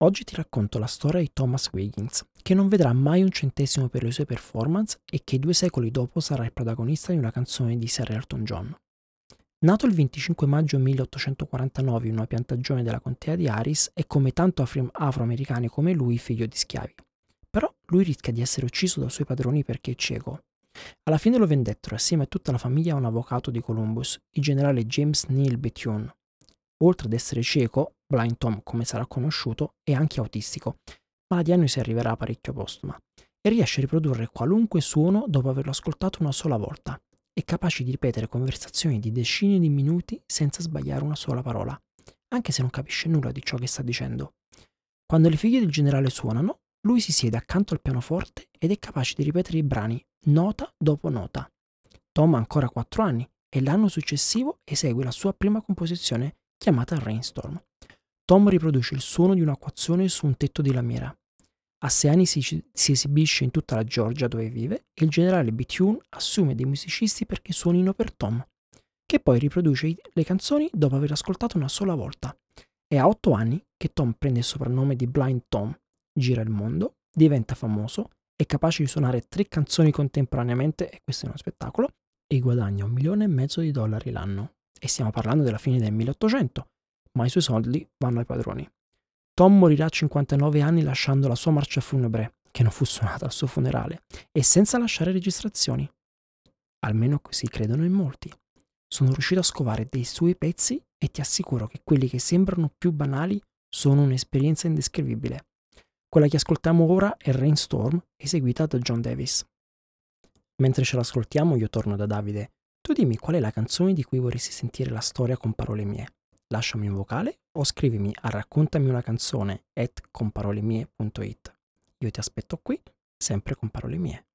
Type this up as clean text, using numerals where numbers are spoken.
Oggi ti racconto la storia di Thomas Wiggins, che non vedrà mai un centesimo per le sue performance e che 2 secoli dopo sarà il protagonista di una canzone di Sir Elton John. Nato il 25 maggio 1849 in una piantagione della contea di Harris, è come tanto afroamericani come lui figlio di schiavi. Però lui rischia di essere ucciso dai suoi padroni perché è cieco. Alla fine lo vendettero assieme a tutta la famiglia a un avvocato di Columbus, il generale James Neal Bethune. Oltre ad essere cieco, Blind Tom, come sarà conosciuto, è anche autistico, ma la diagnosi arriverà parecchio postuma, e riesce a riprodurre qualunque suono dopo averlo ascoltato una sola volta. È capace di ripetere conversazioni di decine di minuti senza sbagliare una sola parola, anche se non capisce nulla di ciò che sta dicendo. Quando le figlie del generale suonano, lui si siede accanto al pianoforte ed è capace di ripetere i brani nota dopo nota. Tom ha ancora 4 anni e l'anno successivo esegue la sua prima composizione chiamata Rainstorm. Tom riproduce il suono di un'acquazzone su un tetto di lamiera. A 6 anni si esibisce in tutta la Georgia dove vive e il generale Bethune assume dei musicisti perché suonino per Tom, che poi riproduce le canzoni dopo aver ascoltato una sola volta. È a 8 anni che Tom prende il soprannome di Blind Tom, gira il mondo, diventa famoso, è capace di suonare 3 canzoni contemporaneamente, e questo è uno spettacolo, e guadagna $1,5 milioni l'anno. E stiamo parlando della fine del 1800, ma i suoi soldi vanno ai padroni. Tom morirà a 59 anni lasciando la sua marcia funebre, che non fu suonata al suo funerale, e senza lasciare registrazioni. Almeno così credono in molti. Sono riuscito a scovare dei suoi pezzi e ti assicuro che quelli che sembrano più banali sono un'esperienza indescrivibile. Quella che ascoltiamo ora è Rainstorm, eseguita da John Davis. Mentre ce l'ascoltiamo io torno da Davide. Tu dimmi qual è la canzone di cui vorresti sentire la storia con parole mie. Lasciami un vocale o scrivimi a raccontamiunacanzone@conparolemie.it. Io ti aspetto qui, sempre con parole mie.